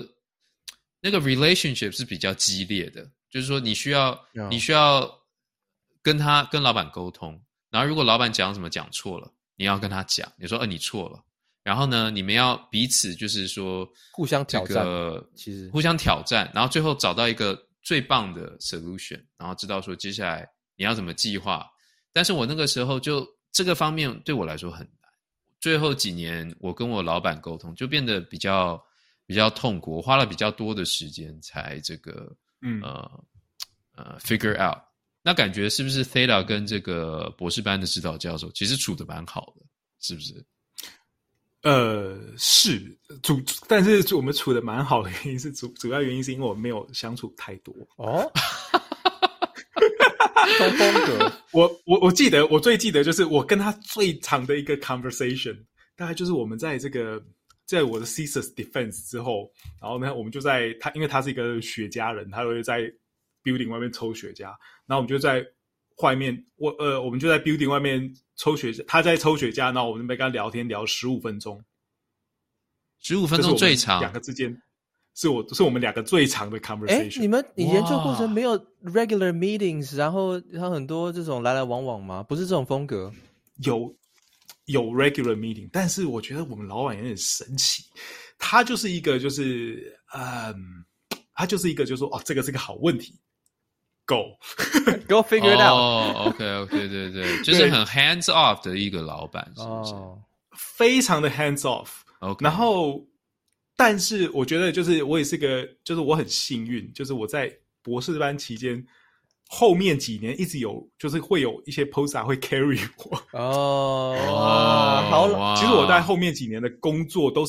relationship 是比较激烈的，就是说你需要跟老板沟通，然后如果老板讲什么讲错了，你要跟他讲，你说你错了，然后呢你们要彼此就是说互相挑战，其实互相挑战，然后最后找到一个最棒的 solution， 然后知道说接下来你要怎么计划。但是我那个时候就这个方面对我来说很难，最后几年我跟我老板沟通就变得比较痛苦，我花了比较多的时间才这个figure out。那感觉是不是 Theda 跟这个博士班的指导教授其实处得蛮好的，是不是？ 是但是我们处得蛮好的原因是主要原因是因为我没有相处太多哦。同风格， 我最记得就是我跟他最长的一个 conversation， 大概就是我们在我的 thesis defense 之后，然后呢我们就在因为他是一个雪茄人，他会在 building 外面抽雪茄，然后我们就在外面我们就在 building 外面抽雪茄，他在抽雪茄，然后我们那边跟他聊天聊15分钟 ，15分钟最长， 两个之间是我们两个最长的 conversation。 你研究过程没有 regular meetings， 然后很多这种来来往往吗？不是这种风格？ 有 regular meeting， 但是我觉得我们老板有点神奇，他就是一个就是他就是一个就是说这个是个好问题。Go figure it out。 OK， 对，就是很 hands off 的一个老板，是不是？ 非常的 hands off。 然后但是我觉得就是我也是个就是我很幸运，就是我在博士班期间后面几年一直有就是会有一些 postdoc 会 carry 我。 好。 其实我在后面几年的工作都是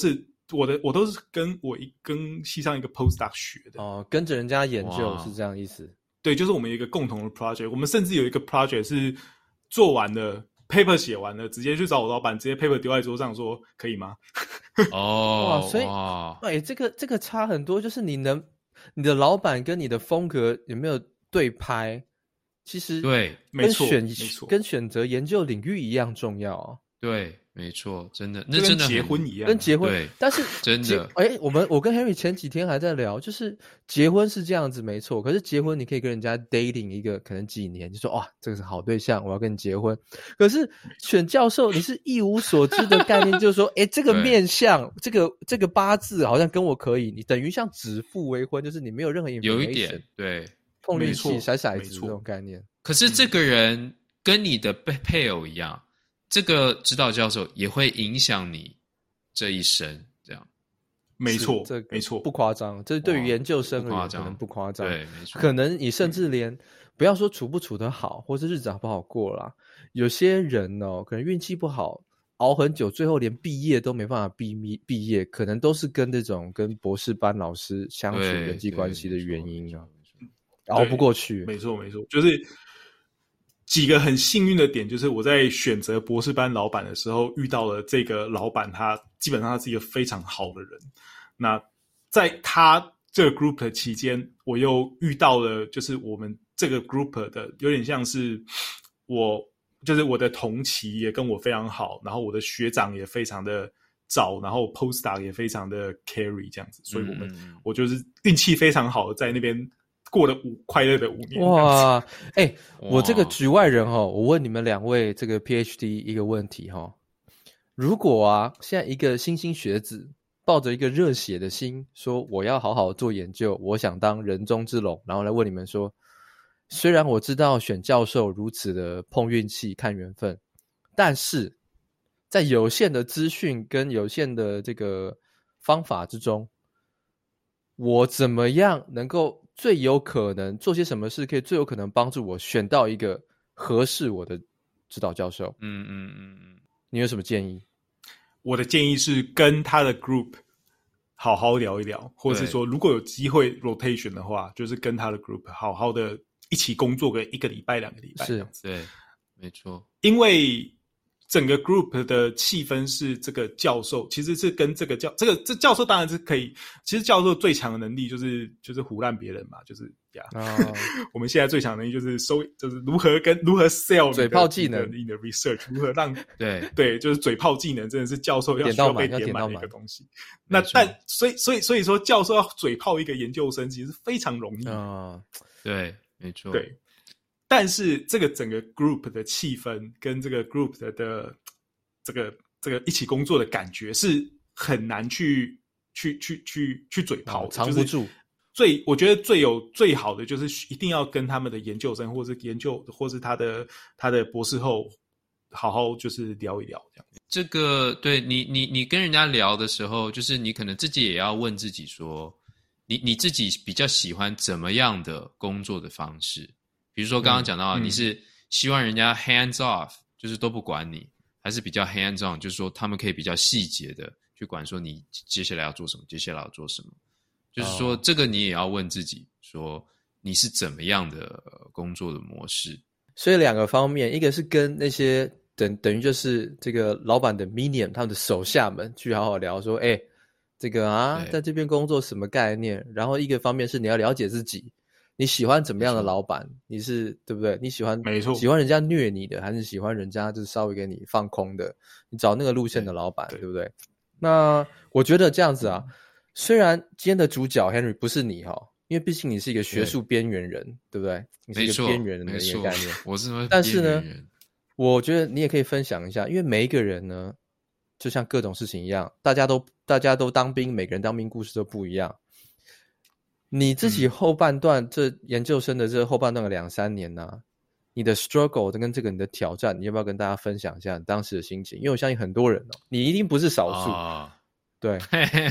我都是跟系上一个 postdoc 学的哦，跟着人家研究是这样意思。 对，就是我们有一个共同的 project， 我们甚至有一个 project 是做完了 paper 写完了，直接去找我老板，直接 paper 丢在桌上说可以吗？ 哦， 哇，所以这个差很多，就是你的老板跟你的风格有没有对拍，其实对， 没错， 跟选择研究领域一样重要哦。 对，没错，真的，那就跟真的结婚一样， 跟结婚。 对， 但是真的， 我跟 Henry 前几天还在聊，就是结婚是这样子没错，可是结婚你可以跟人家 dating 一个可能几年，就说哇这个是好对象，我要跟你结婚。可是选教授你是一无所知的概念，就是说这个面相这个八字好像跟我可以，你等于像指腹为婚，就是你没有任何 information， 有一点对碰运气骰骰子这种概念。 可是这个人跟你的配偶一样，这个指导教授也会影响你这一生，这样没错， 没错，不夸张。这对于研究生而言可能不夸张， 对，没错。 可能你甚至连不要说处不处得好，或是日子好不好过啦，有些人哦，可能运气不好，熬很久，最后连毕业都没办法毕业，可能都是跟这种跟博士班老师相处人际关系的原因啊，熬不过去。 没错，就是几个很幸运的点，就是我在选择博士班老板的时候遇到了这个老板，他基本上他是一个非常好的人。那在他这个 group 的期间，我又遇到了就是我们这个 group 的有点像是就是我的同期也跟我非常好，然后我的学长也非常的早，然后 postdoc 也非常的 carry 这样子，所以我就是运气非常好的在那边过了快乐的5年。 哇，我这个局外人哦，我问你们两位这个 PhD 一个问题哈，如果啊，现在一个新兴学子抱着一个热血的心，说我要好好做研究，我想当人中之龙，然后来问你们说，虽然我知道选教授如此的碰运气看缘分，但是在有限的资讯跟有限的这个方法之中，我怎么样能够最有可能做些什么事，可以最有可能帮助我选到一个合适我的指导教授？你有什么建议？ 我的建议是跟他的 group 好好聊一聊，或者是说如果有机会 rotation 的话，就是跟他的 group 好好的一起工作个1个礼拜2个礼拜这样子。 对，没错。因为整个 group 的气氛是这个教授其实是跟这教授当然是可以，其实教授最强的能力就是唬烂别人嘛，就是我们现在最强的能力就是如何 sell 嘴炮技能， 你的 research 如何让对， 就是嘴炮技能真的是教授需要被点满的一个东西。那所以说教授要嘴炮一个研究生其实非常容易对，没错， 对。但是这个整个 group 的气氛跟这个 group 的这个一起工作的感觉是很难去嘴炮的， 藏不住。 我觉得最好的就是一定要跟他们的研究生或是或是他的博士后好好就是聊一聊这样。 这个对你跟人家聊的时候，就是你可能自己也要问自己说，你自己比较喜欢怎么样的工作的方式？比如说刚刚讲到你是希望人家 hands off， 就是都不管你，还是比较 hands on， 就是说他们可以比较细节的去管说你接下来要做什么，接下来要做什么。就是说这个你也要问自己说你是怎么样的工作的模式。 所以2个方面，一个是跟那些等于就是这个老板的 minion 他们的手下们去好好聊说这个在这边工作什么概念，然后一个方面是你要了解自己，你喜欢怎么样的老板？你是对不对？你喜欢人家虐你的，还是喜欢人家就是稍微给你放空的？你找那个路线的老板，对不对？那我觉得这样子啊，虽然今天的主角 Henry 不是你因为毕竟你是一个学术边缘人， 对不对？你是一个边缘人的一个概念。 我是边缘人。 但是呢，我觉得你也可以分享一下，因为每一个人呢，就像各种事情一样，大家都当兵，每个人当兵故事都不一样。你自己后半段这研究生的这后半段的2-3年呢，你的 struggle 跟这个你的挑战，你要不要跟大家分享一下你当时的心情？因为我相信很多人你一定不是少数。对，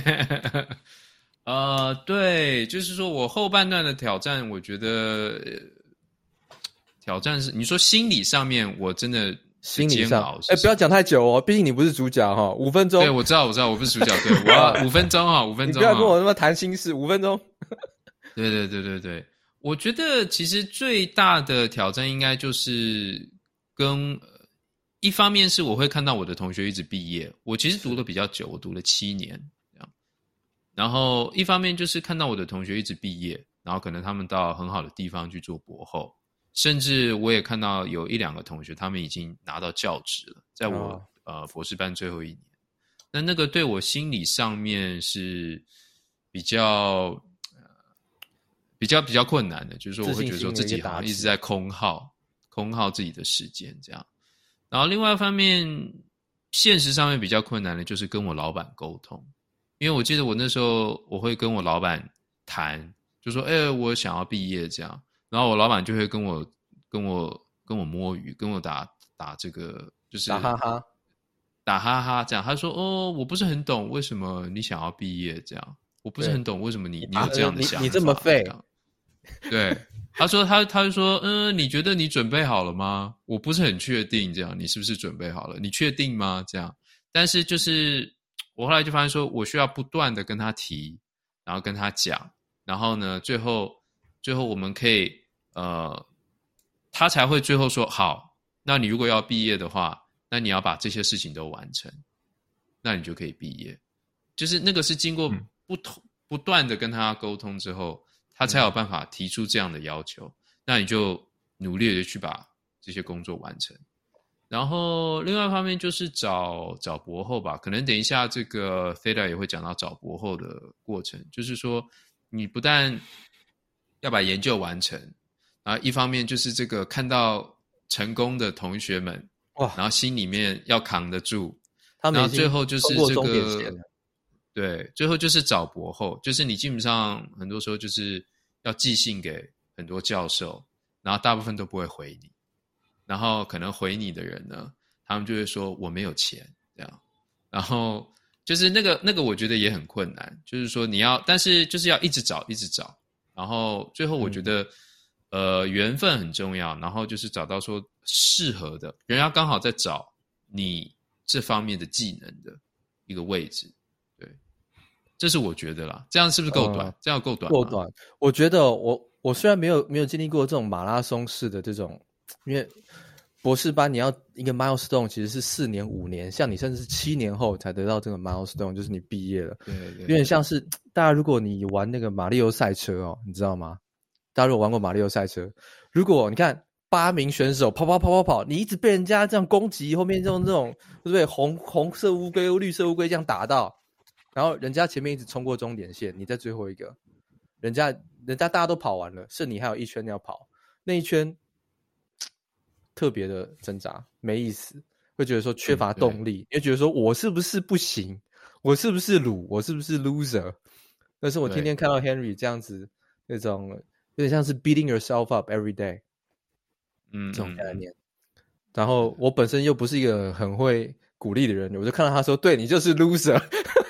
对，就是说我后半段的挑战，我觉得挑战是你说心理上面，我真的心理上， 哎， 不要讲太久哦，毕竟你不是主角哈，5分钟。 对，我知道，我不是主角，对，我要5分钟哈，5分钟。 你不要跟我他妈谈心事，5分钟。 对，我觉得其实最大的挑战应该就是一方面是我会看到我的同学一直毕业，我其实读的比较久，我读了7年这样。然后一方面就是看到我的同学一直毕业，然后可能他们到很好的地方去做博后。甚至我也看到有1-2个同学，他们已经拿到教职了，在我博士班最后1年。那个对我心理上面是比较困难的，就是说我会觉得说自己好像一直在空耗自己的时间这样。然后另外一方面，现实上面比较困难的就是跟我老板沟通，因为我记得我那时候我会跟我老板谈，就说我想要毕业这样。然后我老板就会跟我摸鱼，跟我打这个就是打哈哈这样。他说我不是很懂为什么你想要毕业这样，我不是很懂为什么你有这样的想法， 你这么废。 对，他说他就说你觉得你准备好了吗？我不是很确定这样，你是不是准备好了？你确定吗？这样。但是就是我后来就发现说我需要不断的跟他提，然后跟他讲，然后呢最后我们可以他才会最后说好，那你如果要毕业的话，那你要把这些事情都完成，那你就可以毕业。就是那个是经过不断的跟他沟通之后，他才有办法提出这样的要求，那你就努力的去把这些工作完成。然后另外一方面就是找博后吧，可能等一下这个 Theta 也会讲到找博后的过程，就是说你不但要把研究完成，然后一方面就是这个看到成功的同学们，然后心里面要扛得住， 他们然后最后就是这个对， 最后就是找博后，就是你基本上很多时候就是要寄信给很多教授，然后大部分都不会回你，然后可能回你的人呢，他们就会说我没有钱这样，然后就是那个我觉得也很困难，就是说你要，但是就是要一直找，然后最后我觉得缘分很重要，然后就是找到说适合的人家刚好在找你这方面的技能的一个位置，对，这是我觉得啦。这样是不是够短？这样够短吗？ 够短。我觉得我虽然没有经历过这种马拉松式的这种，因为博士班你要一个 milestone 其实是4年5年，像你甚至是7年后才得到这个 milestone， 就是你毕业了。 对， 有点像是大家如果你玩那个马里奥赛车哦，你知道吗？大家如果玩过马里奥赛车，如果你看8名选手跑，你一直被人家这样攻击，后面用这种对不对？红色乌龟、绿色乌龟这样打到，然后人家前面一直冲过终点线，你在最后一个，人家大家都跑完了，剩你还有1圈要跑，那一圈特别的挣扎，没意思，会觉得说缺乏动力，也觉得说我是不是不行，我是不是鲁，我是不是 loser？ 但是我天天看到 Henry 这样子，那种有点像是 beating yourself up every day， 这种概念。然后我本身又不是一个很会鼓励的人，我就看到他说：“对，你就是 loser。”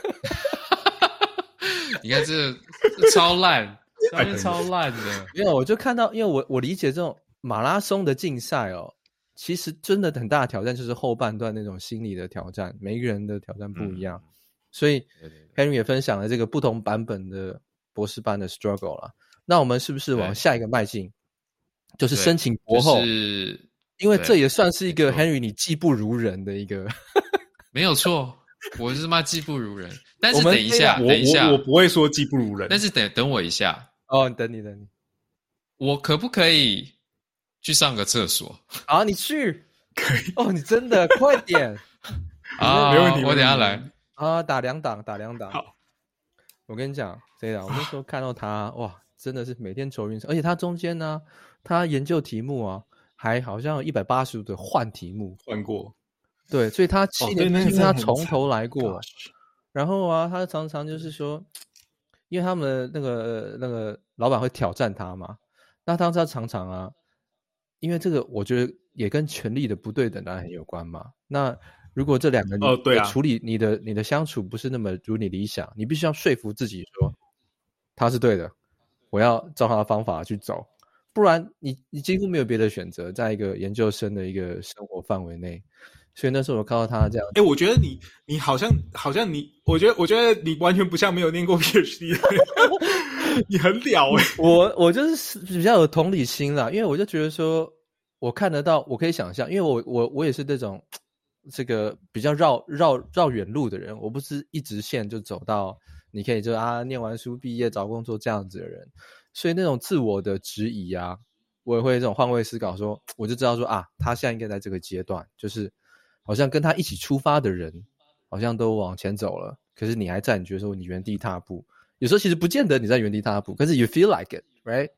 你看这超烂，超烂的。 因为我就看到，因为我理解这种马拉松的竞赛哦，其实真的很大的挑战就是后半段那种心理的挑战，每一个人的挑战不一样。所以 Henry 也分享了这个不同版本的博士班的 struggle 啦。那我们是不是往下一个迈进，就是申请博后？ 就是因为这也算是一个 Henry 你技不如人的一个， 没有错，我是妈技不如人。但是等一下， 我不会说技不如人， 但是等我一下哦，等你， 我可不可以去上个厕所？ 好，你去，可以哦，你真的快点啊， 没问题， 我等一下来啊，打2档。 好， 我跟你讲，这样我那时候看到他，哇，真的是每天愁云，而且他中间呢，他研究题目啊，还好像有180度的换题目， 换过， 对，所以他7年他从头来过。然后啊，他常常就是说，因为他们那个老板会挑战他嘛，那他常常啊，因为这个我觉得也跟权力的不对等当然很有关嘛。那如果这2个人处理你的相处不是那么如你理想，你必须要说服自己说他是对的，我要照他的方法去走， 不然你几乎没有别的选择，在一个研究生的一个生活范围内。所以那时候我看到他这样， 我觉得你好像你，我觉得你完全不像没有念过 PhD 的你很了我就是比较有同理心啦，因为我就觉得说，我看得到，我可以想象，因为我也是那种这个比较绕远路的人，我不是一直线就走到你可以就念完书毕业找工作这样子的人，所以那种自我的质疑啊，我也会这种换位思考说，我就知道说他现在应该在这个阶段，就是好像跟他一起出发的人好像都往前走了，可是你还在，你觉得说你原地踏步，有时候其实不见得你在原地踏步，可是 you feel like it, right?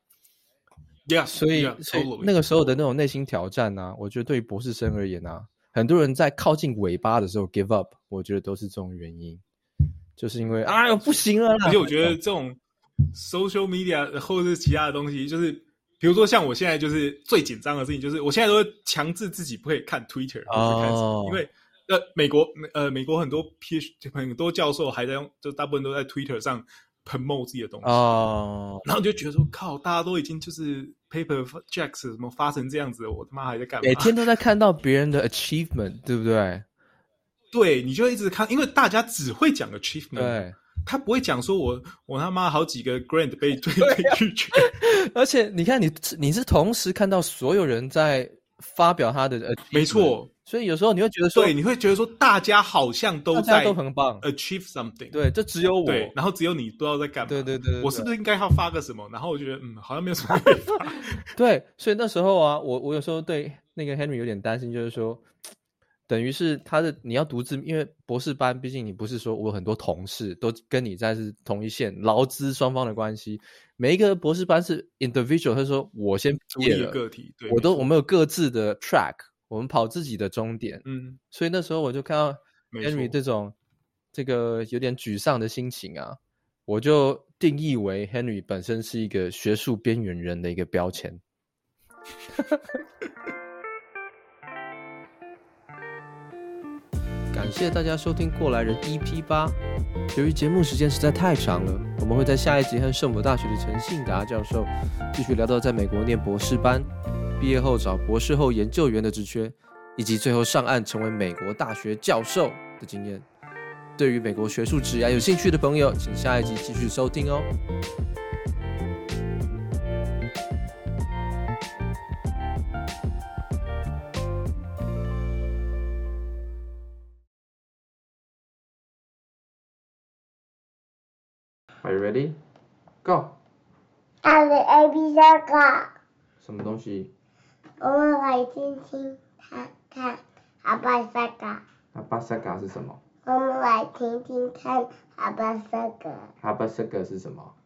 Yeah, 所以那个时候的那种内心挑战啊，我觉得对于博士生而言啊，很多人在靠近尾巴的时候 give up， 我觉得都是这种原因，就是因为不行了啦。 而且我觉得这种 social media 或者是其他的东西，就是比如说像我现在就是最紧张的事情，就是我现在都会强制自己不可以看 Twitter 或者看什么，因为美国很多教授还在用，就大部分都在 Twitter 上 promote 自己的东西然后就觉得说靠，大家都已经就是 paper jacks 什么发成这样子了，我他妈还在干嘛？ 每天都在看到别人的 achievement， 对不对？ 对，你就一直看，因为大家只会讲 achievement， 对， 他不会讲说我他妈好几个 grant 被拒绝， 而且你看你是同时看到所有人在发表他的 achievement， 没错。 所以有时候你会觉得说， 对，你会觉得说大家好像都在很棒 achieve something， 对，这只有我， 对，然后只有你不知道在干嘛， 对， 我是不是应该要发个什么？然后我觉得好像没有什么可以发， 对，所以那时候啊，我有时候对那个 Henry 有点担心，就是说，等于是你要独自，因为博士班，毕竟你不是说我有很多同事都跟你在是同一线，劳资双方的关系，每一个博士班是 individual， 他说我先毕业了， 独立的个体，对， 我们有各自的 track， 我们跑自己的终点，所以那时候我就看到 Henry 这个有点沮丧的心情啊，我就定义为 Henry 本身是一个学术边缘人的一个标签。感谢大家收听过来人 EP8。由于节目时间实在太长了，我们会在下一集和圣母大学的陈信达教授继续聊到在美国念博士班，毕业后找博士后研究员的职缺，以及最后上岸成为美国大学教授的经验。对于美国学术职涯有兴趣的朋友，请下一集继续收听哦。Are you ready? Go. A B C 个。 什么东西？ 我们来听听看阿巴萨嘎。 阿巴萨嘎是什么？ 我们来听听看阿巴萨嘎。 阿巴萨嘎是什么？